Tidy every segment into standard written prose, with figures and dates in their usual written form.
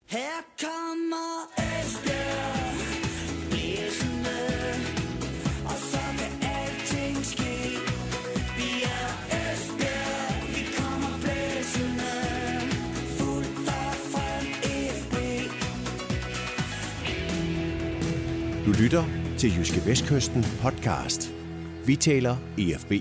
Her kommer Esbjerg blæsende, og så kan alting ske. Vi er Esbjerg, vi kommer blæsende, fuldt og frem FB. Du lytter til Jyske Vestkysten podcast. Vi taler EFB.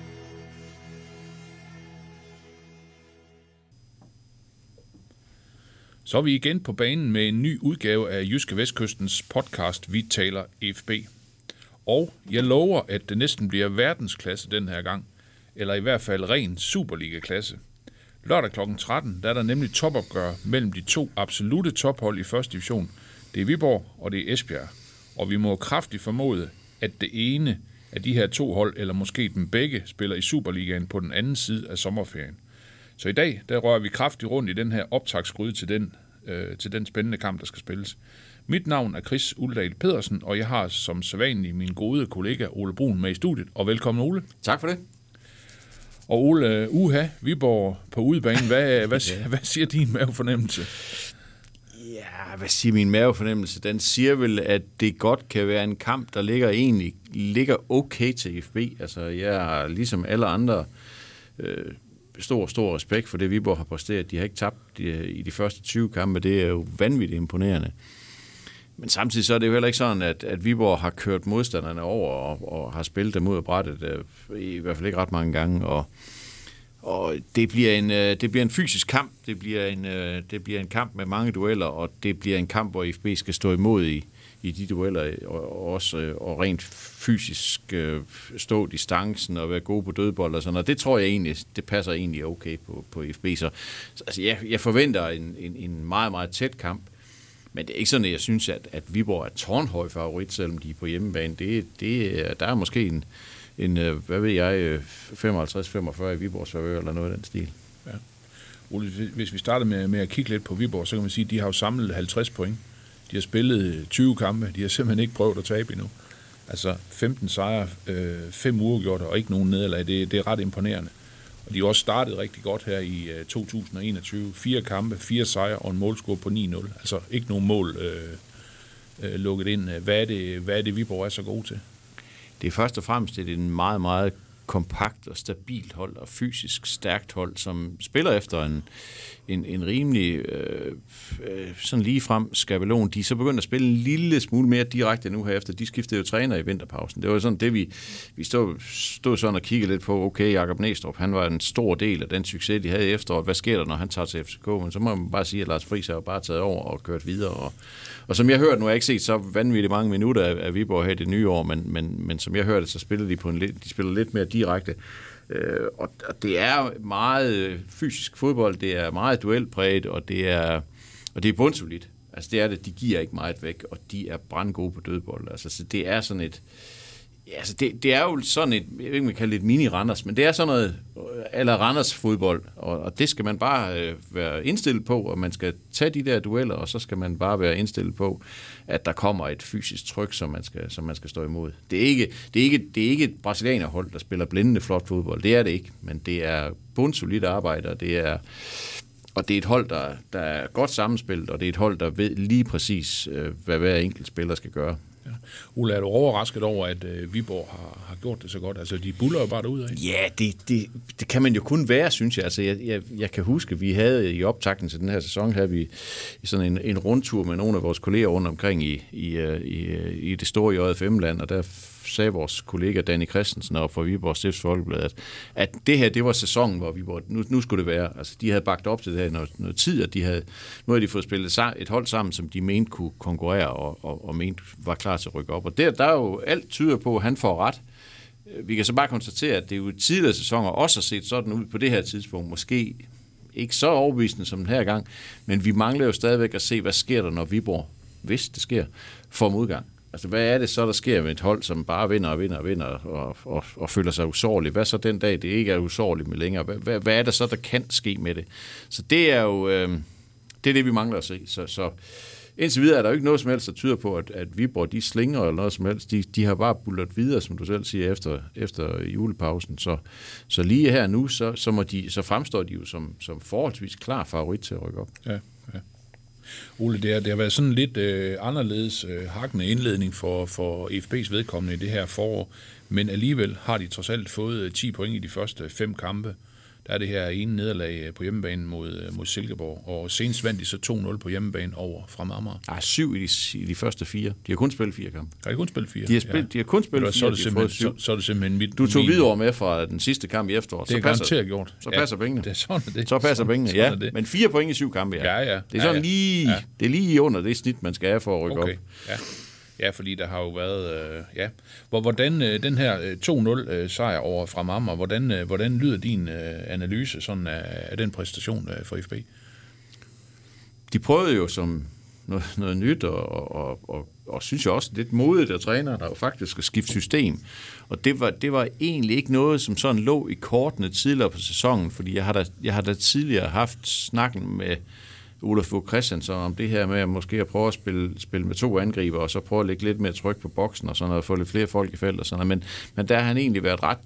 Så er vi igen på banen med en ny udgave af Jyske Vestkystens podcast, Vi taler EFB. Og jeg lover, at det næsten bliver verdensklasse den her gang, eller i hvert fald ren Superliga-klasse. Lørdag kl. 13, der er der nemlig topopgør mellem de to absolute tophold i første division. Det er Viborg, og det er Esbjerg. Og vi må kraftigt formode, at det ene af de her to hold, eller måske dem begge, spiller i Superligaen på den anden side af sommerferien. Så i dag, der rører vi kraftigt rundt i den her optagsgryde til den spændende kamp, der skal spilles. Mit navn er Chris Uldal Pedersen, og jeg har som sædvanlig min gode kollega Ole Brun med i studiet. Og velkommen, Ole. Tak for det. Og Ole, Viborg på udebane, hvad siger din mavefornemmelse? Ja, hvad siger min mavefornemmelse? Den siger vel, at det godt kan være en kamp, der ligger okay til FB. Altså, jeg er ligesom alle andre stor respekt for det, Viborg har præsteret. De har ikke tabt i de første 20 kampe. Det er jo vanvittigt imponerende. Men samtidig så er det jo heller ikke sådan, at Viborg har kørt modstanderne over og har spillet dem ud af brættet, i hvert fald ikke ret mange gange. Og det bliver en fysisk kamp. Det bliver en kamp med mange dueller, og det bliver en kamp, hvor FB skal stå imod i de dueller, og rent fysisk stå distancen og være gode på dødbold og sådan noget. Det tror jeg egentlig, det passer egentlig okay på FB. Så altså, jeg forventer en meget, meget tæt kamp. Men det er ikke sådan, at jeg synes, at Viborg er tårnhøj favorit, selvom de er på hjemmebane. Der er måske en hvad ved jeg, 55-45 i Viborgs favør eller noget af den stil. Ja. Ole, hvis vi starter med at kigge lidt på Viborg, så kan man sige, at de har jo samlet 50 point. De har spillet 20 kampe. De har simpelthen ikke prøvet at tabe endnu. Altså 15 sejre, 5 uafgjorte og ikke nogen nederlag. Det er ret imponerende. Og de har også startet rigtig godt her i 2021. 4 kampe, 4 sejre og en målscore på 9-0. Altså ikke nogen mål lukket ind. Hvad er det Viborg er så god til? Det er først og fremmest en meget, meget kompakt og stabilt hold og fysisk stærkt hold, som spiller efter en rimelig sådan ligefrem skabelon. De er så begyndt at spille en lille smule mere direkte nu her efter. De skiftede jo træner i vinterpausen. Det var sådan det, vi stod sådan og kiggede lidt på. Okay, Jakob Næstrup, han var en stor del af den succes, de havde i efteråret. Hvad sker der, når han tager til FCK? Men så må man bare sige, at Lars Friis har bare taget over og kørt videre. Og som jeg hørte, nu har jeg ikke set så vanvittigt mange minutter af Viborg her i det nye år, men som jeg hørte, så spiller de spiller lidt mere direkte. Og det er meget fysisk fodbold, det er meget duelpræget, og det er bundsolidt. Altså det er det, de giver ikke meget væk, og de er brandgode på dødbold. Altså så det er sådan et, altså det er jo sådan et, jeg ved ikke, man kan kalde det et mini-Randers, men det er sådan noget eller Randers fodbold, og det skal man bare være indstillet på, og man skal tage de der dueller, og så skal man bare være indstillet på, at der kommer et fysisk tryk, som man skal stå imod. Det er ikke et brasilianerhold, der spiller blændende flot fodbold. Det er det ikke, men det er bundsolidt arbejde, og det er et hold, der er godt sammenspillet, og det er et hold, der ved lige præcis, hvad hver enkelt spiller skal gøre. Ja. Ole, er du overrasket over, at Viborg har gjort det så godt? Altså, de buller jo bare derudad. Ja, det kan man jo kun være, synes jeg. Altså, jeg kan huske, vi havde i optakten til den her sæson, havde vi sådan en rundtur med nogle af vores kolleger rundt omkring i det store JFM-land, og der sagde vores kollega Danny Christensen op fra Viborg Stifts Folkeblad, at det her, det var sæsonen, hvor Viborg, nu skulle det være. Altså, de havde bagt op til det her noget tid, og nu havde de fået spillet et hold sammen, som de mente kunne konkurrere, og mente var klar til at rykke op. Og der er jo alt tyder på, at han får ret. Vi kan så bare konstatere, at det jo tidligere sæsoner også har set sådan ud på det her tidspunkt. Måske ikke så overbevisende som den her gang, men vi mangler jo stadigvæk at se, hvad sker der, når Viborg, hvis det sker, får modgang. Altså, hvad er det så, der sker med et hold, som bare vinder og føler sig usårligt? Hvad så den dag, det ikke er usårligt med længere? Hvad er det så, der kan ske med det? Så det er jo det, vi mangler at se. Så indtil videre er der jo ikke noget som helst, der tyder på, at Viborg, de slinger eller noget som helst. De har bare bullet videre, som du selv siger, efter julepausen. Så lige her nu, så fremstår de jo som forholdsvis klar favorit til at rykke op. Ja. Ole, det har været sådan lidt anderledes hakkende indledning for FB's vedkommende i det her forår, men alligevel har de trods alt fået 10 point i de første 5 kampe. Der er det her ene nederlag på hjemmebane mod Silkeborg, og senest vandt de så 2-0 på hjemmebane over Fremad Amager. 7 i de første 4. De har kun spillet 4 kampe. Har de kun spillet 4? De har kun spillet 4, så er det simpelthen Du tog Hvidovre med fra den sidste kamp i efteråret. Det er garanteret gjort. Så passer pengene. Det er sådan det. Så passer pengene, ja. Men 4 point i 7 kampe, ja. Ja. Det er sådan lige, det er lige under det snit, man skal have for at rykke op. Ja. Ja, fordi der har jo været... Hvordan den her 2-0 sejr over Fremad Amager, hvordan lyder din analyse sådan af den præstation for FB? De prøvede jo som noget nyt, og synes jeg også lidt modigt af trænere, der jo faktisk skal skifte system. Og det var egentlig ikke noget, som sådan lå i kortene tidligere på sæsonen, fordi jeg har da tidligere haft snakken med Olaf Fogh Christiansen om det her med at måske at prøve at spille med 2 angriber, og så prøve at lægge lidt mere tryk på boksen, og sådan noget, og få lidt flere folk i feltet og sådan noget. Men der har han egentlig været ret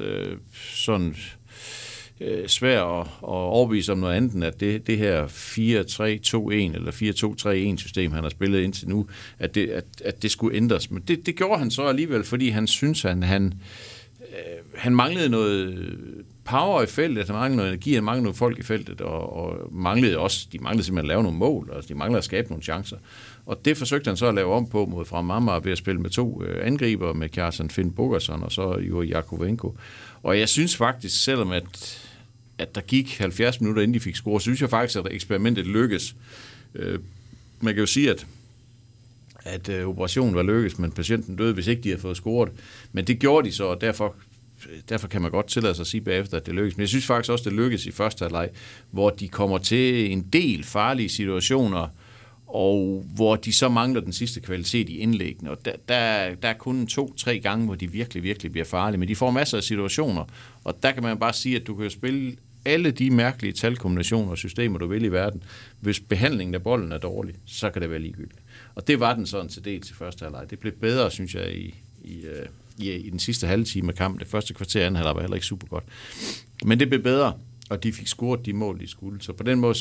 svær at overbevise om noget andet, end at det her 4-3-2-1 eller 4-2-3-1 system, han har spillet indtil nu, at det skulle ændres. Men det gjorde han så alligevel, fordi han synes, at han manglede noget power i feltet, han manglede noget energi, han manglede nogle folk i feltet, og de manglede simpelthen at lave nogle mål, altså de manglede at skabe nogle chancer. Og det forsøgte han så at lave om på mod Fremad Amager ved at spille med 2 angriber, med Kjartan Finn Bogason og så Juri Jakovenko. Og jeg synes faktisk, selvom at der gik 70 minutter, inden de fik score, synes jeg faktisk, at eksperimentet lykkes. Man kan jo sige, at operationen var lykkes, men patienten døde, hvis ikke de havde fået scoret. Men det gjorde de så, og derfor kan man godt tillade sig at sige bagefter, at det lykkes. Men jeg synes faktisk også, at det lykkes i første halvleg, hvor de kommer til en del farlige situationer, og hvor de så mangler den sidste kvalitet i indlæggene. Og der er kun 2-3 gange, hvor de virkelig, virkelig bliver farlige. Men de får masser af situationer, og der kan man bare sige, at du kan jo spille alle de mærkelige talkombinationer og systemer, du vil i verden. Hvis behandlingen af bolden er dårlig, så kan det være ligegyldigt. Og det var den sådan til del til første halvleg. Det blev bedre, synes jeg, i den sidste halve time af kampen. Det første kvarter anden halvleg var heller ikke super godt. Men det blev bedre, og de fik scoret de mål, de skulle. Så på den måde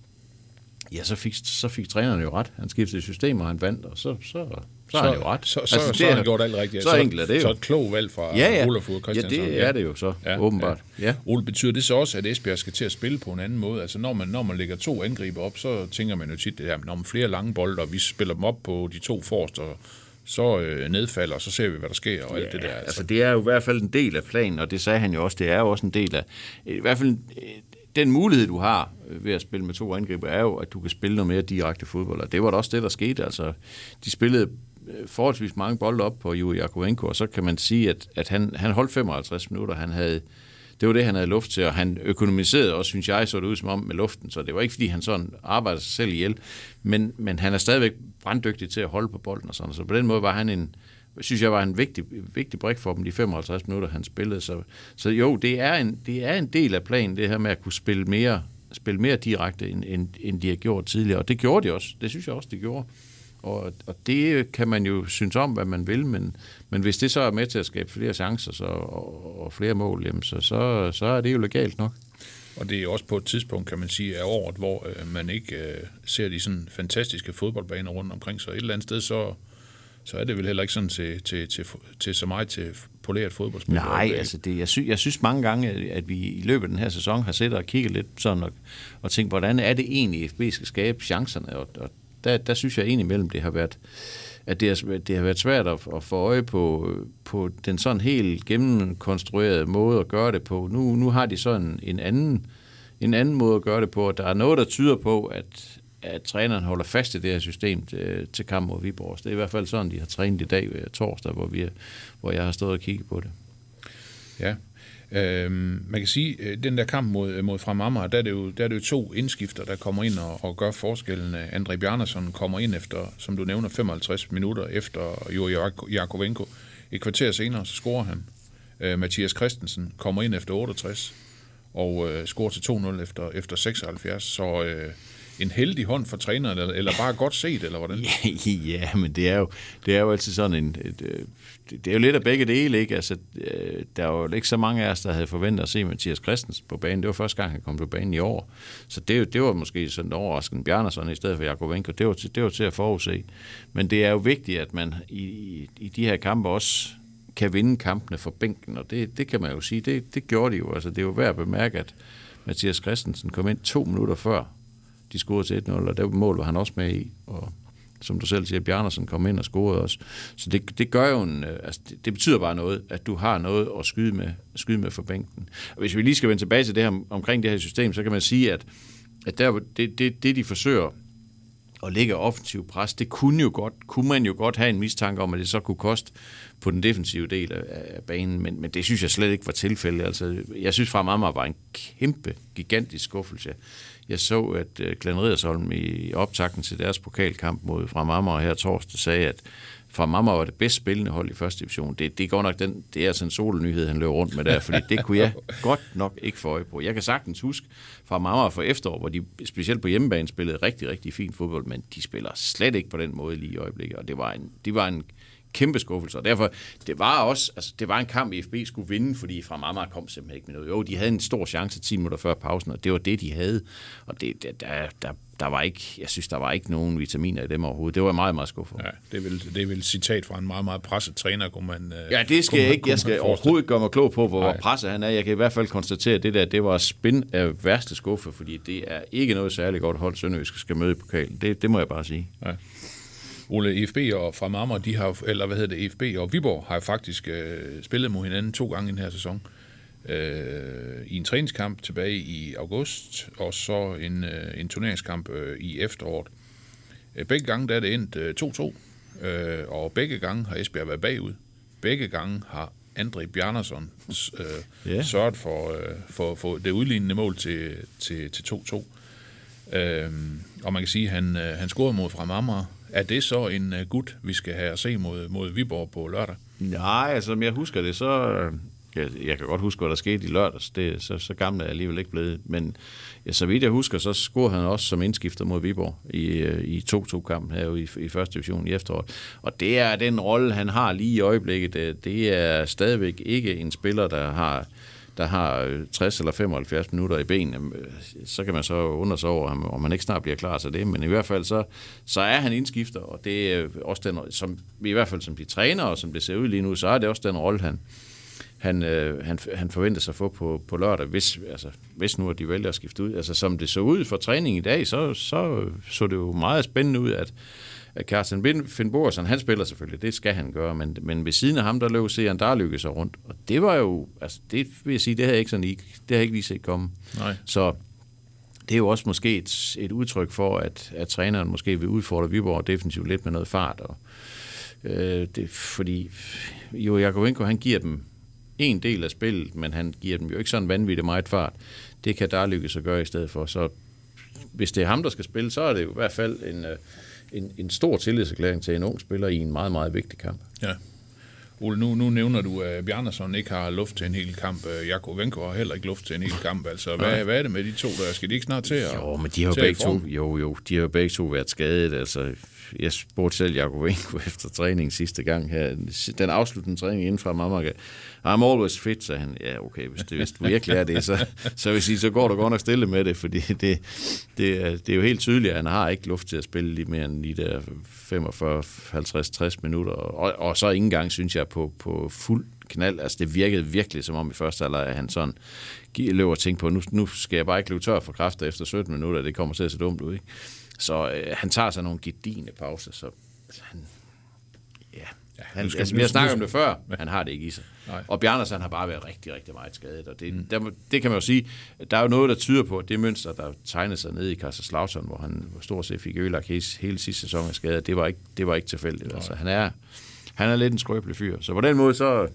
så fik træneren jo ret. Han skiftede system, og han vandt, og så har han jo ret. Så har han gjort alt rigtigt. Så enkelt er det jo. Så et klogt valg fra Olaf Fogh Christiansen. Ja, det er det jo så, åbenbart. Ja. Ole, betyder det så også, at Esbjerg skal til at spille på en anden måde? Altså når man lægger 2 angriber op, så tænker man jo tit det her, når man flere lange bolde, og vi spiller dem op på de 2 forreste, så nedfalder, og så ser vi, hvad der sker, og alt det der. Altså det er jo i hvert fald en del af planen, og det sagde han jo også, det er jo også en del af, i hvert fald den mulighed, du har ved at spille med 2 angriber, er jo, at du kan spille noget mere direkte fodbold, og det var da også det, der skete. Altså, de spillede forholdsvis mange bolde op på Juri Jakovenko, og så kan man sige, at han holdt 55 minutter. Det var det, han havde luft til, og han økonomiserede også, synes jeg, så det ud som om med luften, så det var ikke, fordi han sådan arbejdede sig selv ihjel, men han er stadigvæk branddygtig til at holde på bolden og sådan, så på den måde var han en vigtig brik for dem, de 55 minutter, han spillede. Så jo, det er en del af planen, det her med at kunne spille mere direkte, end de har gjort tidligere, og det gjorde de også. Det synes jeg også, de gjorde. Og det kan man jo synes om, hvad man vil, men hvis det så er med til at skabe flere chancer og flere mål, jamen, så er det jo legalt nok. Og det er også på et tidspunkt, kan man sige, af året, hvor man ikke ser de sådan fantastiske fodboldbaner rundt omkring, så et eller andet sted, så er det vel heller ikke sådan til så meget til poleret fodboldspil. Nej, altså jeg synes mange gange, at vi i løbet af den her sæson har siddet og kigget lidt sådan og tænkt, hvordan er det egentlig, FB skal skabe chancerne, og der synes jeg indimellem, det har været svært at få øje på den sådan helt gennemkonstruerede måde at gøre det på. Nu har de sådan en anden måde at gøre det på, og der er noget, der tyder på, at træneren holder fast i det her system til kamp mod Viborg. Det er i hvert fald sådan, de har trænet i dag torsdag, hvor jeg har stået og kigget på det. Ja. Man kan sige, den der kamp mod Fremad Amager, der er det jo 2 indskifter, der kommer ind og gør forskellen. André Bjarnason kommer ind efter, som du nævner, 55 minutter efter Juri Jakovenko. Et kvarter senere, så scorer han. Mathias Christensen kommer ind efter 68 og scorer til 2-0 efter 76. Så en heldig hånd for træneren, eller bare godt set, eller hvordan? Ja, men det er jo altid sådan det er jo lidt af begge dele, ikke? Altså, der er jo ikke så mange af os, der havde forventet at se Mathias Christensen på banen. Det var første gang, han kom på banen i år. Så det var måske sådan overraskende Bjarnason i stedet for Jakovenko. Det var til at forudse. Men det er jo vigtigt, at man i de her kampe også kan vinde kampene for bænken, og det kan man jo sige, det gjorde de jo. Altså, det er jo værd at bemærke, at Mathias Christensen kom ind 2 minutter før de scorede til 1-0, og det mål var han også med i, og som du selv siger, Bjarnason kom ind og scorede også. Så det gør jo det betyder bare noget, at du har noget at skyde med for bænken. Og hvis vi lige skal vende tilbage til det her, omkring det her system, så kan man sige, at det de forsøger at lægge offensiv pres, det kunne man jo godt have en mistanke om, at det så kunne koste på den defensive del af banen, men det synes jeg slet ikke var tilfældet. Altså, jeg synes fra Amager var en kæmpe, gigantisk skuffelse. Jeg så, at Glenn Riddersholm i optakten til deres pokalkamp mod Fremad Amager her torsdag sagde, at Fremad Amager var det bedst spillende hold i første division. Det går nok det er sådan en solnyhed, han løber rundt med der, fordi det kunne jeg godt nok ikke få øje på. Jeg kan sagtens huske Fremad Amager for efterår, hvor de specielt på hjemmebane spillede rigtig, rigtig fin fodbold, men de spiller slet ikke på den måde lige i øjeblikket, og det var en kæmpe skuffelse, og derfor, det var en kamp, IFB skulle vinde, fordi fra Amager kom simpelthen ikke med noget. Jo, de havde en stor chance 10 minutter før pausen, og det var det, de havde, og der var ikke, jeg synes, der var ikke nogen vitaminer i dem overhovedet. Det var meget, meget skuffet. Ja, det er vel et citat fra en meget, meget presset træner, kunne man... Ja, det skal jeg ikke. Jeg skal overhovedet gøre mig klog på, hvor presset han er. Jeg kan i hvert fald konstatere, at det var spin af værste skuffe, fordi det er ikke noget særligt godt hold, Sønderjyske skal møde i pokalen. Det må jeg bare sige. Ja. Ole, EFB og Fremad Amager, de har, eller hvad hedder det, EFB og Viborg har faktisk spillet mod hinanden 2 gange i den her sæson. I en træningskamp tilbage i august, og så en turneringskamp i efteråret. Begge gange der er det endt 2-2, og begge gange har Esbjerg været bagud. Begge gange har André Bjarnason sørget for det udlignende mål til 2-2. Og man kan sige, at han scorede mod Fremad Amager. Er det så en gut, vi skal have at se mod Viborg på lørdag? Nej, altså som jeg husker det, så... Jeg kan godt huske, hvad der skete i lørdags. Så gammel er jeg alligevel ikke blevet. Men så vidt jeg husker, så scorede han også som indskifter mod Viborg i 2-2-kampen her i første division i efteråret. Og det er den rolle, han har lige i øjeblikket. Det er stadigvæk ikke en spiller, der har 60 eller 75 minutter i benene. Så kan man så undre sig over, om han ikke snart bliver klar til det. Men i hvert fald så er han indskifter, og det er også den, som i hvert fald som de træner, og som det ser ud lige nu, så er det også den rolle, han forventer sig at få på lørdag, hvis nu de vælger at skifte ud. Altså som det så ud for træning i dag, så det jo meget spændende ud, at Carsten Finn Bogersen, han spiller selvfølgelig, det skal han gøre, men ved siden af ham, der løb Sean Darlykke sig rundt, og det var jo, altså det vil jeg sige, det havde jeg ikke lige set komme. Nej. Så det er jo også måske et udtryk for, at træneren måske vil udfordre Viborg defensivt lidt med noget fart, og fordi jo Jakovenko, han giver dem en del af spillet, men han giver dem jo ikke sådan vanvittigt meget fart. Det kan Darlykke så gøre i stedet for, så hvis det er ham, der skal spille, så er det jo i hvert fald en stor tillidserklæring til en ung spiller i en meget, meget vigtig kamp. Ja. Ole, nu nævner du, at Bjarnason ikke har luft til en hel kamp. Jakovenko har heller ikke luft til en hel kamp. Altså, hvad er det med de to, der skal de ikke snart til at... Jo, men de har jo begge to været skadet. Altså, jeg spurgte selv Jakovenko efter træningen sidste gang her. Den afsluttende træning inden fra Amager. I'm always fit, sagde han. Ja, okay, hvis du virkelig er det, så vil sige, så går du godt nok stille med det, fordi det er jo helt tydeligt, at han har ikke luft til at spille lige mere end lige der 45, 50, 60 minutter. Og så ikke engang, synes jeg, på fuld knald. Altså, det virkede virkelig som om i første halvleg, at han sådan løber og tænker på, nu skal jeg bare ikke løbe tør for kræfter efter 17 minutter, det kommer til at se dumt ud, ikke? Så han tager sig nogle gedigne pauser, så vi har snakket om det før, men han har det ikke i sig. Nej. Og Bjarnason har bare været rigtig, rigtig meget skadet, og det kan man jo sige, der er jo noget, der tyder på, at det mønster, der tegnede sig nede i Kaiserslautern, hvor han stort set fik ødelagt hele sidste sæson af skadet, det var ikke tilfældigt. Altså, han er lidt en skrøbelig fyr. Så på den måde,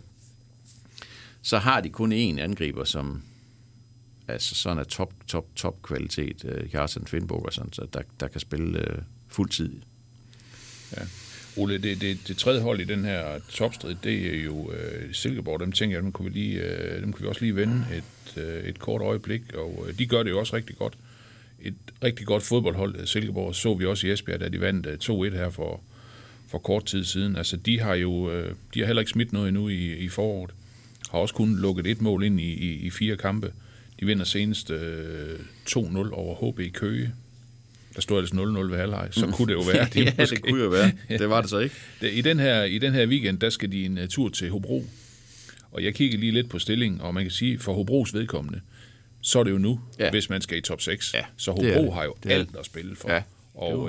så har de kun én angriber, som altså sådan er top kvalitet, Carsten Finn Bogersen, så der kan spille fuld tid. Ja. Ole, det tredje hold i den her topstrid, det er jo Silkeborg. Dem tænker jeg, dem kunne vi også lige vende et kort øjeblik, og de gør det jo også rigtig godt. et rigtig godt fodboldhold. Silkeborg så vi også i Esbjerg, da de vandt 2-1 her for kort tid siden. Altså, de har heller ikke smidt noget endnu i foråret. Har også kun lukket et mål ind i 4 kampe. De vinder senest 2-0 over HB Køge. Der stod ellers 0-0 ved halvleg. Så kunne det jo være. Ja, det kunne jo være. Det var det så ikke. I den her weekend, der skal de en tur til Hobro. Og jeg kigger lige lidt på stillingen, og man kan sige, for Hobros vedkommende, så er det jo nu, hvis man skal i top 6. Ja, så Hobro har jo alt at spille for. Ja, og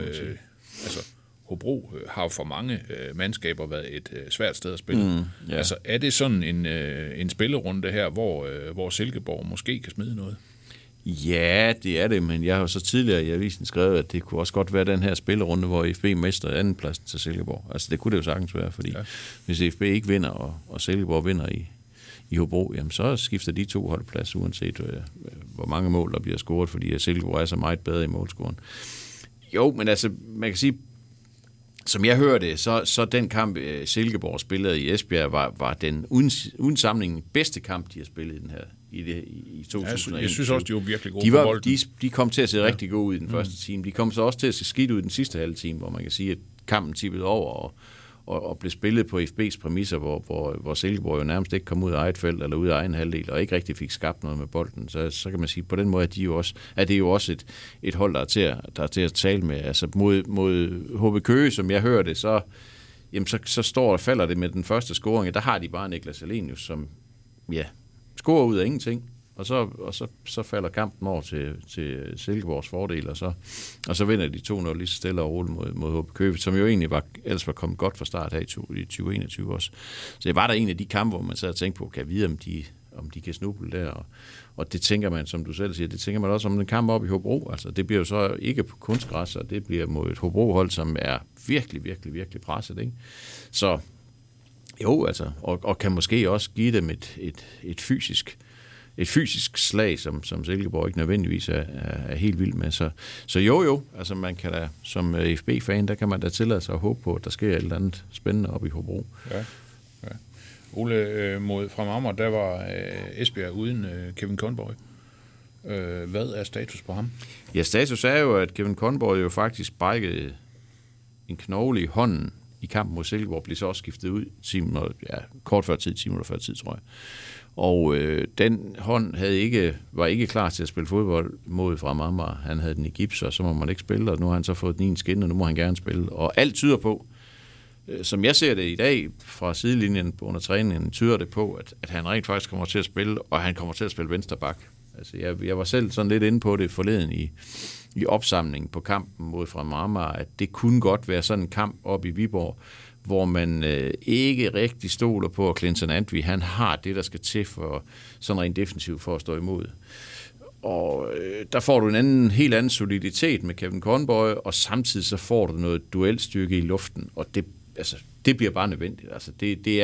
Hobro har jo for mange mandskaber været et svært sted at spille. Altså, er det sådan en spillerunde her, hvor Silkeborg måske kan smide noget? Ja, det er det, men jeg har jo så tidligere i avisen skrevet, at det kunne også godt være den her spillerunde, hvor FB mister andenpladsen til Silkeborg. Altså, det kunne det jo sagtens være, fordi hvis FB ikke vinder, og Silkeborg vinder i Hobro, jamen så skifter de 2 hold plads, uanset hvor mange mål der bliver scoret, fordi Silkeborg er så meget bedre i målscoren. Jo, men altså, man kan sige, som jeg hørte, så den kamp, Silkeborg spillede i Esbjerg, var den uden sammenligning bedste kamp, de har spillet i den her i 2021. Jeg synes også, de var virkelig gode på bolden. De kom til at se rigtig gode ud i den første time. De kom så også til at se skidt ud i den sidste halve time, hvor man kan sige, at kampen tippede over og blev spillet på FB's præmisser, hvor Silkeborg jo nærmest ikke kom ud af eget felt eller ud af egen halvdel, og ikke rigtig fik skabt noget med bolden. Så kan man sige, på den måde er det jo også et hold, der er til at tale med. Altså mod HB Køge, som jeg hørte, så står og falder det med den første scoring. Der har de bare Niklas Alenius, som scorer ud af ingenting. Og så falder kampen over til Silkeborgs fordel, og så vinder de 2-0 lige så stille og roligt mod HB Køge, som jo egentlig ellers var kommet godt fra start her i 2021 også. Så det var der en af de kampe, hvor man sad og tænkte på, kan jeg vide, om de kan snuble der, og det tænker man, som du selv siger, det tænker man også om en kamp op i Hobro. Altså, det bliver jo så ikke på kunstgræs, og det bliver mod et Hobro-hold, som er virkelig, virkelig, virkelig presset, ikke? Så jo, altså, og kan måske også give dem et fysisk slag, som Silkeborg ikke nødvendigvis er helt vild med. Så jo, altså man kan da, som FB-fan, der kan man da tillade sig at håbe på, at der sker et eller andet spændende op i Hobro. Ja. Ole, mod Fremad Amager, der var Esbjerg uden Kevin Conboy. Hvad er status på ham? Ja, status er jo, at Kevin Conboy jo faktisk brækkede en knogle i hånden i kampen mod Silkeborg, blev så også skiftet ud kort før tid, 10 minutter før tid, tror jeg. Og den hånd var ikke klar til at spille fodbold mod Fremad Amager. Han havde den i gips, og så må man ikke spille, og nu har han så fået den i en skin, og nu må han gerne spille. Og alt tyder på, som jeg ser det i dag fra sidelinjen under træningen, tyder det på, at han rent faktisk kommer til at spille, og han kommer til at spille venstre bak. Altså, jeg var selv sådan lidt inde på det forleden i opsamlingen på kampen mod Fremad Amager, at det kunne godt være sådan en kamp op i Viborg, hvor man ikke rigtig stoler på, at Clinton Antwi, han har det, der skal til for sådan rent defensivt for at stå imod. Og der får du en helt anden soliditet med Kevin Conboy, og samtidig så får du noget duelstyrke i luften, og det bliver bare nødvendigt. Altså, det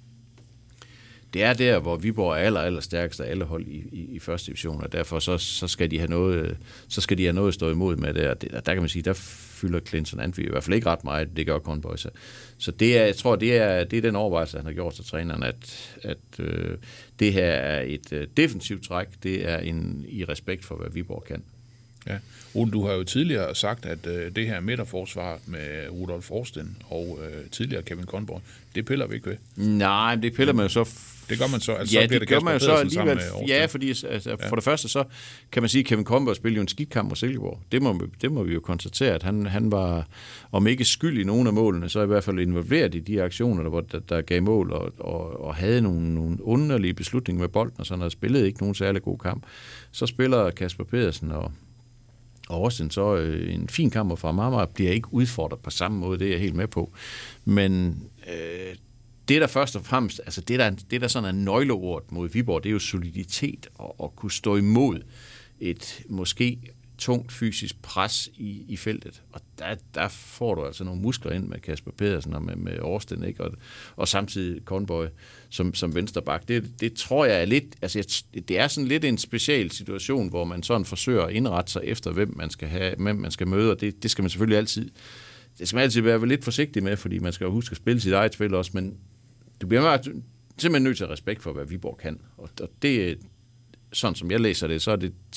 er der, hvor Viborg er aller stærkest af alle hold i første division, og derfor så skal de have noget at stå imod med det. Der kan man sige, der fylder Clinton Antwi i hvert fald ikke ret meget, det gør Conboy. Så jeg tror, det er den overvejelse, han har gjort til træneren, at det her er et defensivt træk, det er i respekt for, hvad Viborg kan. Ja. Ole, du har jo tidligere sagt, at det her midterforsvar med Rudolf Forsten og tidligere Kevin Conboy, det piller vi ikke ved. Nej, det piller man jo så. Det gør man så. Altså, ja, så bliver det gør man jo så alligevel. Ja, fordi for det første så kan man sige, at Kevin Conboy spillede jo en skidkamp mod Silkeborg. Det må vi jo konstatere, at han var, om ikke skyld i nogle af målene, så i hvert fald involveret i de aktioner, hvor der gav mål og havde nogle underlige beslutninger med bolden, og sådan noget. Spillede ikke nogen særlig god kamp. Så spiller Kasper Pedersen og Austin så en fin kamp fra Amager, bliver ikke udfordret på samme måde, det er jeg helt med på. Men det der først og fremmest, altså det der sådan er nøgleordet mod Viborg, det er jo soliditet og kunne stå imod et måske tungt fysisk pres i feltet. Og der får du altså nogle muskler ind med Kasper Pedersen og med Austin, ikke? Og samtidig Conboy som vensterbak. Det tror jeg er lidt, altså det er sådan lidt en speciel situation, hvor man sådan forsøger at indrette sig efter, hvem man skal møde, og det skal man selvfølgelig altid. Det skal man altid være lidt forsigtig med, fordi man skal jo huske at spille sit eget spil også, men du bliver simpelthen nødt til at respekt for, hvad Viborg kan. Og det sådan som jeg læser det,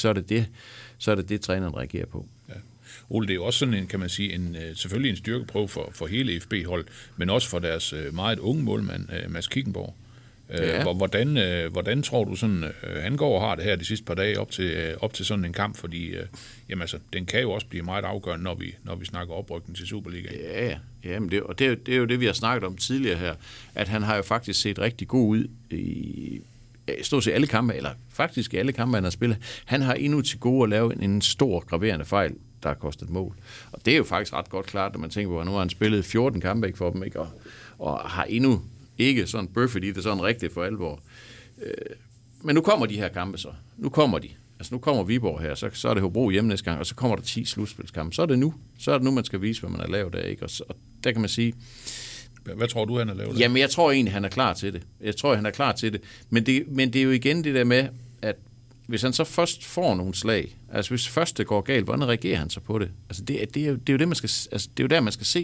så er det træneren reagerer på. Ja. Ole, det er jo også sådan en, kan man sige, selvfølgelig en styrkeprøve for hele FB-hold, men også for deres meget unge målmand, Mads Kickenborg. Ja. Hvordan tror du sådan, han går og har det her de sidste par dage op til sådan en kamp, fordi jamen altså, den kan jo også blive meget afgørende, når vi snakker oprykning til Superligaen. Ja, men det er jo det, vi har snakket om tidligere her, at han har jo faktisk set rigtig god ud i stort set alle kampe, eller faktisk i alle kampe, han har spillet. Han har endnu til gode at lave en stor graverende fejl, der har kostet mål. Og det er jo faktisk ret godt klart, når man tænker på, at nu har han spillet 14 kampe ikke for dem, ikke? Og har endnu ikke sådan Burford i det sådan rigtigt for alvor. Men nu kommer de her kampe så. Nu kommer Viborg her, så er det Hobro hjemme næste gang, og så kommer der 10 slutspilskampe. Så er det nu, man skal vise, hvad man har lavet der, ikke? Og der kan man sige... Hvad tror du, han har lavet der? Jamen, jeg tror egentlig, han er klar til det. Men det er jo igen det der med, at hvis han så først får nogle slag, altså hvis først det går galt, hvordan reagerer han så på det? Altså det er jo det, man skal, altså det er jo der, man skal se,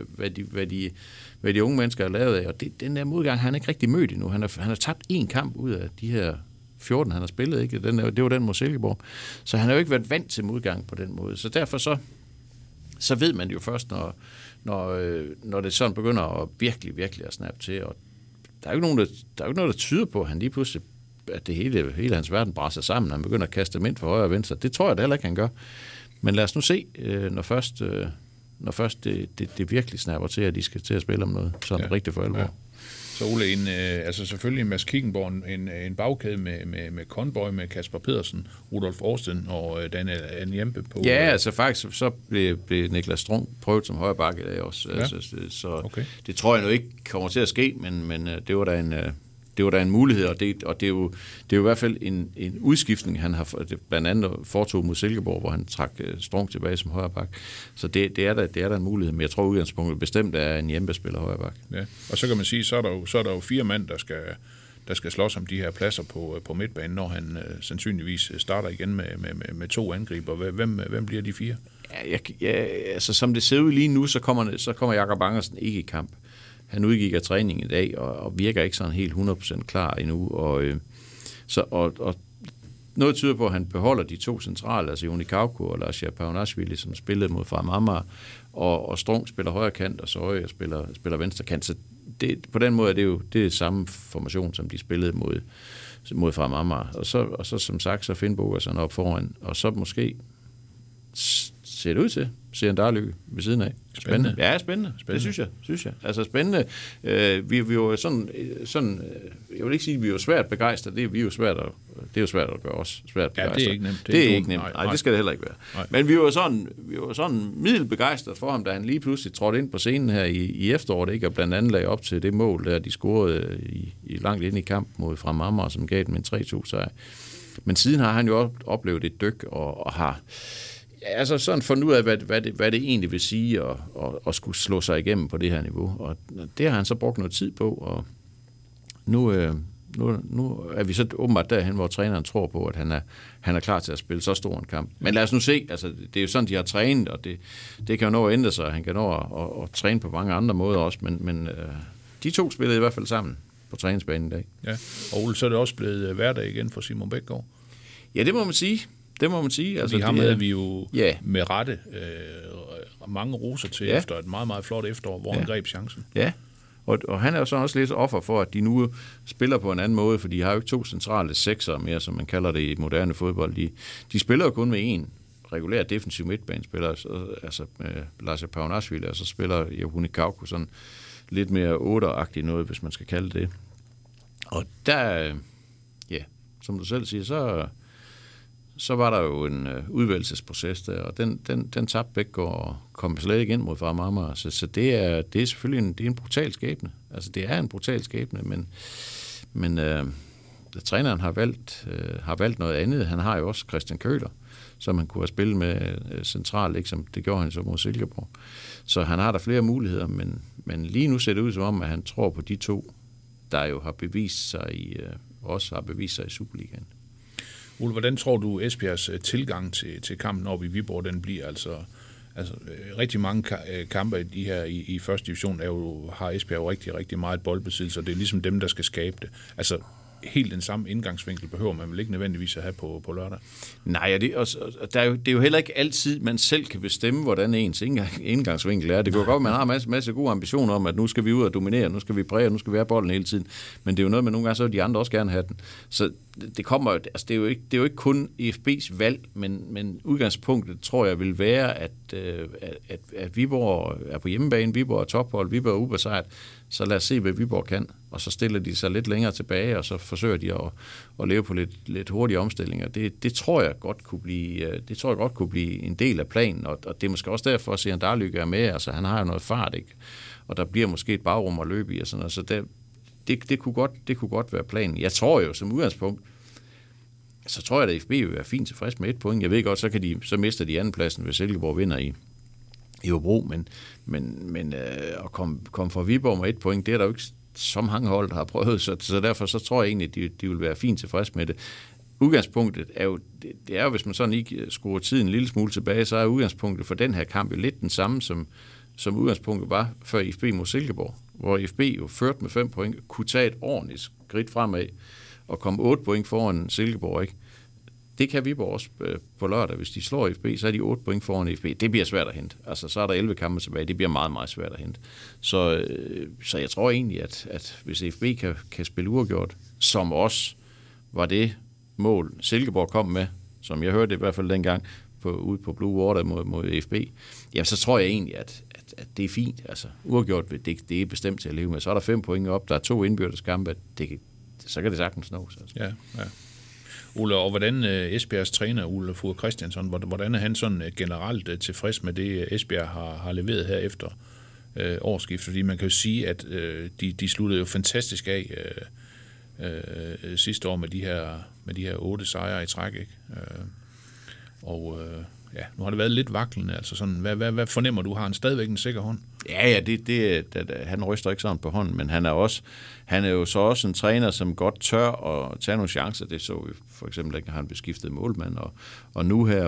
hvad de unge mennesker har lavet af, og den der modgang, han er ikke rigtig mødt endnu. Han har tabt én kamp ud af de her 14, han har spillet, ikke? Det var den mod Silkeborg. Så han har jo ikke været vant til modgang på den måde. Så derfor så ved man jo først, når det sådan begynder at virkelig at snappe til, og der er jo ikke noget, der tyder på, at han lige pludselig, at det hele hans verden brænder sammen, han begynder at kaste dem ind for højre og venstre. Det tror jeg da heller ikke, han gør. Men lad os nu se, når først det virkelig snapper til, at de skal til at spille om noget sådan rigtig for alvor. Ja. Så Ole, altså selvfølgelig Mads Kickenborg, en bagkæde med Conboy, med Kasper Pedersen, Rudolf Årsten og Daniel Njempe på... Ja, altså faktisk så blev Niklas Strunk prøvet som højre bakke i dag også. Ja. Altså, så okay. Det tror jeg nu ikke kommer til at ske, men det var da en mulighed, og det er jo i hvert fald en udskiftning, han har blandt andet foretog mod Silkeborg, hvor han trak Strunk tilbage som højreback. Så det er der en mulighed, men jeg tror udgangspunktet bestemt er en hjemmespiller højreback. Ja, og så kan man sige, så er der jo 4 mand, der skal slås om de her pladser på midtbanen, når han sandsynligvis starter igen med 2 angriber. Hvem bliver de 4? Ja, altså som det ser ud lige nu, så kommer Jakob Andersen ikke i kamp. Han udgik af træning i dag, og virker ikke sådan helt 100% klar endnu. Og noget tyder på, at han beholder de 2 centrale, altså Joni Kauko og Lascia Paunashvili, som spillede mod Fremad Amager, og Strunk spiller højre kant, og Søje spiller venstre kant. Så på den måde er det jo det samme formation, som de spillede mod Fremad Amager. Og så som sagt, så finder Bogersen op foran, og så måske ser det ud til Søren Darlykke ved siden af. Spændende. Ja, spændende. Det synes jeg. Altså spændende. Vi er jo sådan, jeg vil ikke sige, at vi er jo svært begejstret. Det er jo svært at gøre os svært begejstret. Ja, det er ikke nemt. Det er ikke nemt. Nej, det skal det heller ikke være. Nej. Men vi var sådan middelbegejstret for ham, da han lige pludselig trådte ind på scenen her i efteråret, ikke? Og blandt andet lagde op til det mål, der de scorede i langt ind i kamp mod Fremad Amager, som gav dem en 3-2 sejr. Men siden har han jo oplevet et dyk og har altså sådan fundet ud af, hvad det egentlig vil sige at skulle slå sig igennem på det her niveau. Og det har han så brugt noget tid på, og nu er vi så åbenbart derhen, hvor træneren tror på, at han er klar til at spille så stor en kamp. Men lad os nu se, altså det er jo sådan, de har trænet, og det kan jo nå at ændre sig, han kan nå at træne på mange andre måder også, men de 2 spillede i hvert fald sammen på træningsbanen i dag. Ja, og Ole, så er det også blevet hverdag igen for Simon Bækgaard. Ja, det må man sige. Altså, ham havde vi jo med rette mange roser til efter et meget, meget flot efterår, hvor han greb chancen. Ja, og han er jo så også lidt offer for, at de nu spiller på en anden måde, for de har jo ikke 2 centrale sekser mere, som man kalder det i moderne fodbold. De spiller jo kun med en regulær defensiv midtbanespiller, altså Lascia Paunashvili, og så spiller Joni Kauko sådan lidt mere 8'er-agtigt noget, hvis man skal kalde det. Og der, som du selv siger, så var der jo en udvælgelsesproces der, og den tabte Bækgaard og kom slet ikke ind mod Fremad Amager. Så det er selvfølgelig en brutal skæbne. Altså det er en brutal skæbne, men træneren har valgt noget andet. Han har jo også Christian Køhler, som han kunne have spillet med centralt, ikke, som det gjorde han så mod Silkeborg. Så han har der flere muligheder, men lige nu ser det ud som om, at han tror på de 2, der jo har bevist sig i Superligaen. Ole, hvordan tror du, Esbjergs tilgang til kampen oppe i Viborg, den bliver altså rigtig mange kampe i de her i første division har Esbjerg jo rigtig, rigtig meget boldbesiddelse, og det er ligesom dem, der skal skabe det. Altså, helt den samme indgangsvinkel behøver man vel ikke nødvendigvis at have på lørdag. Nej, det er jo heller ikke altid, man selv kan bestemme, hvordan ens indgangsvinkel er. Det kan jo godt, man har en masse gode ambitioner om, at nu skal vi ud og dominere, nu skal vi præge, nu skal vi have bolden hele tiden. Men det er jo noget med nogle gange, så vil de andre også gerne have den. Så det kommer, altså det er jo ikke kun EFB's valg, men udgangspunktet tror jeg vil være, at Viborg er på hjemmebane, Viborg er tophold, Viborg er ubesejret, så lad os se, hvad Viborg kan. Og så stiller de sig lidt længere tilbage, og så forsøger de at leve på lidt hurtige omstillinger. Det tror jeg godt kunne blive en del af planen, og det er måske også derfor, at Sian Darlykke er med. Altså, han har jo noget fart, ikke? Og der bliver måske et bagrum at løbe i, og sådan noget. Så det kunne godt være planen. Jeg tror jo som udgangspunkt, så tror jeg, at FB vil være fint tilfreds med 1 point. Jeg ved godt, så mister de andenpladsen, hvis Silkeborg vinder i Hobro, men at komme fra Viborg med 1 point, det er der jo ikke så mange hold, der har prøvet, så derfor så tror jeg egentlig, at de vil være fint tilfreds med det. Udgangspunktet er jo, det er jo, hvis man sådan ikke skruer tiden en lille smule tilbage, så er udgangspunktet for den her kamp jo lidt den samme, som udgangspunktet var før FB mod Silkeborg, hvor FB jo førte med 5 point, kunne tage et ordentligt skridt fremad og komme 8 point foran Silkeborg, ikke? Det kan Viborg også på lørdag. Hvis de slår FB, så er de 8 point foran FB. Det bliver svært at hente. Altså, så er der 11 kampe tilbage. Det bliver meget, meget svært at hente. Så jeg tror egentlig, at hvis FB kan spille uafgjort, som også var det mål, Silkeborg kom med, som jeg hørte i hvert fald dengang, ude på Blue Water mod FB, jamen så tror jeg egentlig, at det er fint. Altså, uafgjort, det er bestemt til at leve med. Så er der 5 point op, der er 2 indbyrdes kampe. Så kan det sagtens nås. Altså. Ja. Ole, og hvordan Esbjergs træner, Ole Fogh Christiansen, hvordan er han sådan generelt tilfreds med det, Esbjerg har leveret her efter årsskiftet? Fordi man kan jo sige, at de sluttede jo fantastisk af sidste år med de her 8 sejre i træk, ikke? Nu har det været lidt vaklende. Altså sådan, hvad fornemmer du? Har han stadigvæk en sikker hånd? Ja, han ryster ikke sådan på hånden, men han er jo så også en træner, som godt tør at tage nogle chancer. Det så vi for eksempel, at han blev skiftet målmand, og nu her,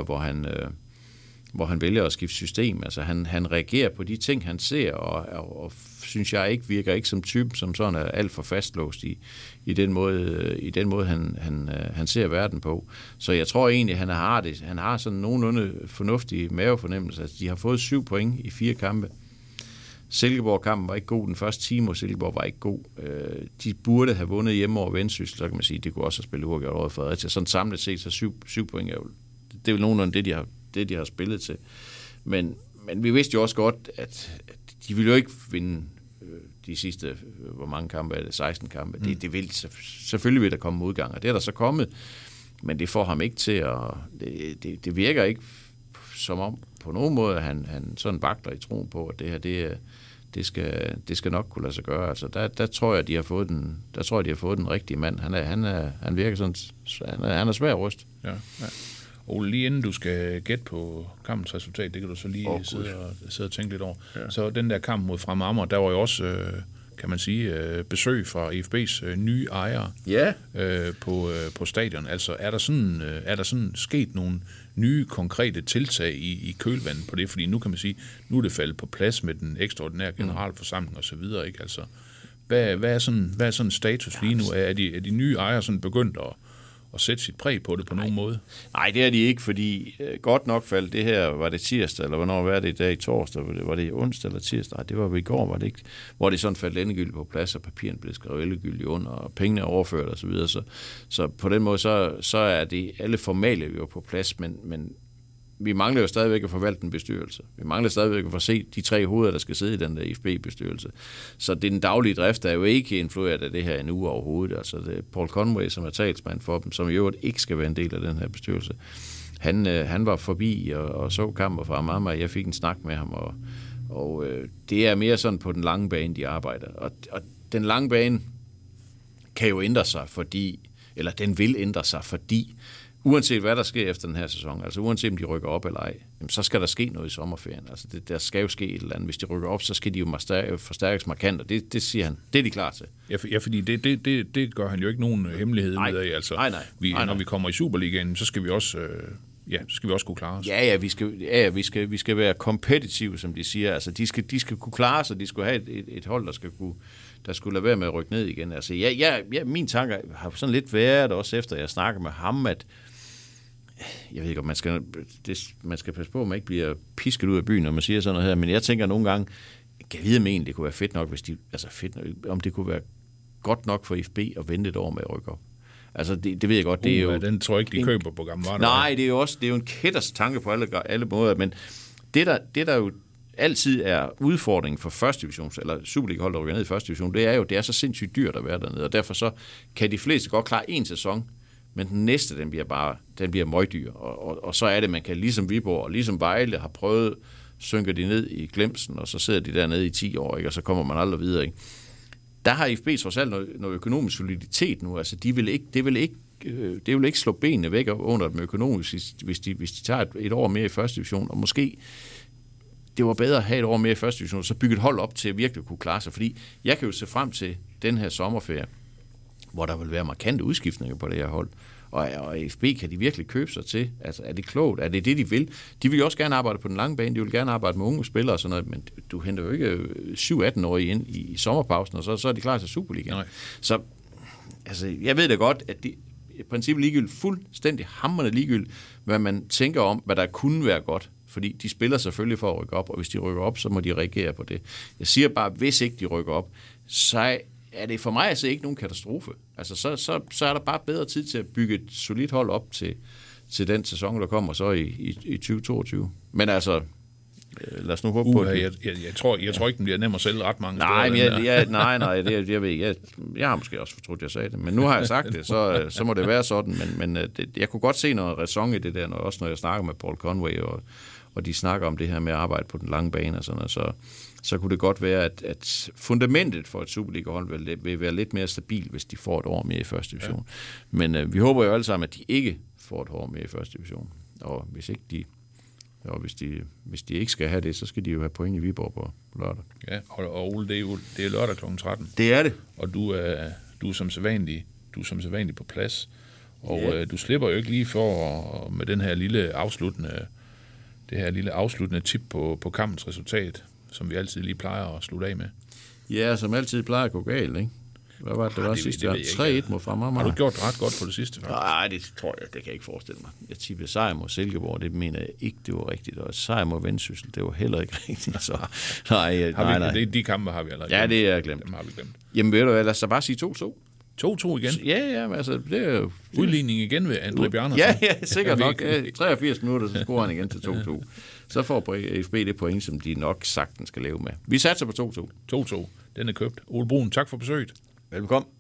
hvor han vælger at skifte system. Altså han reagerer på de ting, han ser, og synes jeg ikke virker ikke som typen, som sådan er alt for fastlåst i den måde han ser verden på. Så jeg tror egentlig, han har sådan nogenlunde fornuftig mavefornemmelse. Altså, de har fået 7 point i 4 kampe. Silkeborg-kampen var ikke god. Den første time, og Silkeborg var ikke god. De burde have vundet hjemme over Vendsyssel, så kan man sige, det kunne også have spillet uafgjort over Fredericia. Sådan samlet set, så 7 point er jo nogenlunde det, de har spillet til. Men vi vidste jo også godt, at de ville jo ikke vinde de sidste, hvor mange kampe er det? 16 kampe. Det vil, selvfølgelig vil der komme modgang, og det er der så kommet, men det får ham ikke til at... Det virker ikke som om på nogen måde, at han sådan vakler i troen på, at det her, det skal nok kunne lade sig gøre. Altså, der tror jeg, de har fået den rigtige mand. Han virker sådan... Han er svær at ryste. Ja. Og lige inden du skal gætte på kampens resultat, det kan du så lige sidde og tænke lidt over. Ja. Så den der kamp mod Fremad Amager, der var jo også, kan man sige, besøg fra EFB's nye ejere på stadion. Altså er der sådan sket nogle nye konkrete tiltag i kølvandet på det? Fordi nu kan man sige, nu er det faldet på plads med den ekstraordinære generalforsamling og så videre, ikke? Altså, hvad er sådan status lige nu? Er de nye ejere sådan begyndt at sætte sit præg på det på nogen måde? Nej, det er de ikke, fordi godt nok faldt det her, var det tirsdag, eller hvornår var det i dag, torsdag, var det onsdag eller tirsdag? Det var i går, var det ikke? Hvor det sådan faldt endegyldigt på plads, og papirerne blev skrevet endegyldigt under, og pengene er overført og så videre. Så på den måde, så er det alle formalia jo på plads, men vi mangler jo stadigvæk at forvalte en bestyrelse. Vi mangler stadigvæk at få set de 3 hoveder, der skal sidde i den der IFB-bestyrelse. Så den daglige drift er jo ikke influeret af det her endnu overhovedet. Altså det er Paul Conway, som er talsmand for dem, som i øvrigt ikke skal være en del af den her bestyrelse. Han var forbi og så kamper fra Amager. Jeg fik en snak med ham, og det er mere sådan på den lange bane, de arbejder. Og den lange bane kan jo ændre sig, den vil ændre sig, fordi uanset hvad der sker efter den her sæson, altså uanset om de rykker op eller ej, så skal der ske noget i sommerferien. Altså der skal jo ske et eller andet. Hvis de rykker op, så skal de jo forstærkes markant, og det siger han. Det er de klar til. Ja, fordi det gør han jo ikke nogen hemmelighed ud af. Altså, nej. Når vi kommer i Superligaen, så skal vi også ja, så skal vi også kunne klare os. Vi skal være kompetitive, som de siger. Altså, de skal kunne klare sig, de skulle have et hold, der skulle lade være med at rykke ned igen. Altså, mine tanker har sådan lidt været, også efter jeg snakker med ham, at jeg ved ikke, om man skal passe på, at man ikke bliver pisket ud af byen, når man siger sådan noget her, men jeg tænker nogle gange, kan jeg vide, om det kunne være fedt nok, om det kunne være godt nok for FB at vente et år med at rykke op. Altså, det ved jeg godt, det er jo... Den tror jeg ikke, de køber på Gamle Varde. Nej, det er jo en kætters tanke på alle måder, men det der jo altid er udfordringen for første division, eller Superliga-hold, der rykker ned i første division, det er så sindssygt dyrt at være dernede, og derfor så kan de fleste godt klare en sæson, men den næste, den bliver møgdyr, og så er det, man kan, ligesom Viborg og ligesom Vejle har prøvet, synker de ned i glemsen, og så sidder de dernede i 10 år, ikke? Og så kommer man aldrig videre, ikke? Der har FB trods alt noget økonomisk soliditet nu, altså det vil ikke slå benene væk under dem økonomisk, hvis de tager et år mere i første division, og måske det var bedre at have et år mere i første division, og så bygge et hold op til at virkelig kunne klare sig, fordi jeg kan jo se frem til den her sommerferie, hvor der vil være markante udskiftninger på det her hold. Og FB kan de virkelig købe sig til. Altså, er det klogt? Er det det, de vil? De vil jo også gerne arbejde på den lange bane. De vil gerne arbejde med unge spillere og sådan noget, men du henter jo ikke 7-18-årige ind i sommerpausen, og så er de klar til Superligaen. Nej. Så altså, jeg ved da godt, at det i princippet ligegyldigt, fuldstændig hamrende ligegyldigt, hvad man tænker om, hvad der kunne være godt. Fordi de spiller selvfølgelig for at rykke op, og hvis de rykker op, så må de reagere på det. Jeg siger bare, hvis ikke de rykker op, så er det for mig altså ikke nogen katastrofe. Altså, så er der bare bedre tid til at bygge et solidt hold op til den sæson, der kommer så i 2022. Men altså, lad os nu håbe på det. Jeg tror ikke, den bliver nem at sælge ret mange steder. Jeg har måske også fortrudt, jeg sagde det. Men nu har jeg sagt det, så må det være sådan. Men jeg kunne godt se noget ræson i det der, når jeg snakker med Paul Conway, og de snakker om det her med at arbejde på den lange bane og sådan noget, så kunne det godt være, at fundamentet for et Superliga-hold vil være lidt mere stabil, hvis de får et år mere i første division. Ja. Men vi håber jo alle sammen, at de ikke får et år mere i første division. Og hvis de ikke skal have det, så skal de jo have point i Viborg på lørdag. Ja, og Ole, det er lørdag kl. 13. Det er det. Og du er som sædvanlig på plads. Og du slipper jo ikke lige for med den her lille afsluttende tip på kampens resultat, som vi altid lige plejer at slutte af med. Ja, som altid plejer at gå galt, ikke? Hvad var det, der var sidste gang? 3-1 mod Fremad. Har du gjort ret godt på det sidste, faktisk? Nej, det tror jeg, det kan jeg ikke forestille mig. Jeg tippede sejr mod Silkeborg, det mener jeg ikke, det var rigtigt. Og sejr mod Vendsyssel, det var heller ikke rigtigt. Så, nej. De kampe har vi allerede glemt. Ja, det er glemt. Dem har vi glemt. Jamen ved du, lad os bare sige 2-2. 2-2 igen? Ja, men altså, det er jo... Udligning igen ved André Bjarnersen. Ja, sikkert nok. 83 minutter, så scorer han igen til 2-2. Så får FB det point, som de nok sagtens skal leve med. Vi satser på 2-2. 2-2. Den er købt. Ole Brun, tak for besøget. Velkommen.